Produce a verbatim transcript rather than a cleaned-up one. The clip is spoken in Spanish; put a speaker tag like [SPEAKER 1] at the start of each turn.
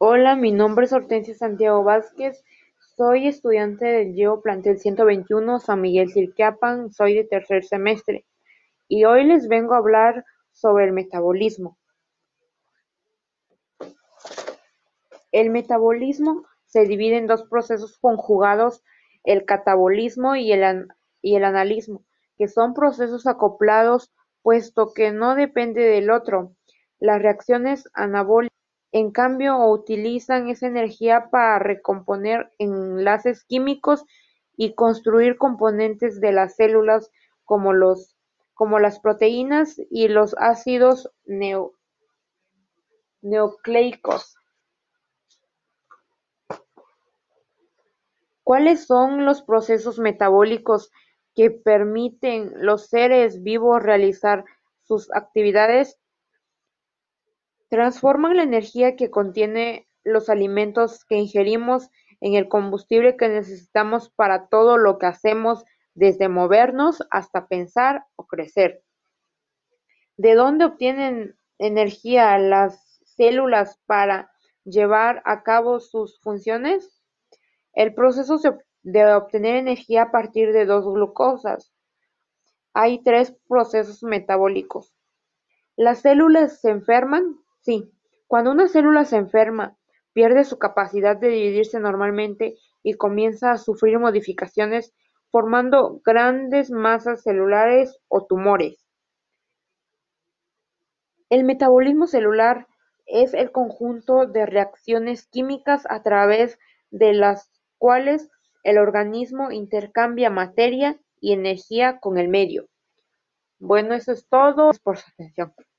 [SPEAKER 1] Hola, mi nombre es Hortensia Santiago Vázquez, soy estudiante del Llevo Plantel ciento veintiuno San Miguel Silquiapan, soy de tercer semestre y hoy les vengo a hablar sobre el metabolismo. El metabolismo se divide en dos procesos conjugados, el catabolismo y el, an- y el analismo, que son procesos acoplados puesto que no depende del otro. Las reacciones anabólicas, en cambio, utilizan esa energía para recomponer enlaces químicos y construir componentes de las células como los, como las proteínas y los ácidos neo- nucleicos. ¿Cuáles son los procesos metabólicos que permiten los seres vivos realizar sus actividades? Transforman la energía que contiene los alimentos que ingerimos en el combustible que necesitamos para todo lo que hacemos, desde movernos hasta pensar o crecer. ¿De dónde obtienen energía las células para llevar a cabo sus funciones? El proceso se- de obtener energía a partir de dos glucosas. Hay tres procesos metabólicos. ¿Las células se enferman? Sí. Cuando una célula se enferma, pierde su capacidad de dividirse normalmente y comienza a sufrir modificaciones, formando grandes masas celulares o tumores. El metabolismo celular es el conjunto de reacciones químicas a través de las cuales el organismo intercambia materia y energía con el medio. Bueno, eso es todo. Gracias por su atención.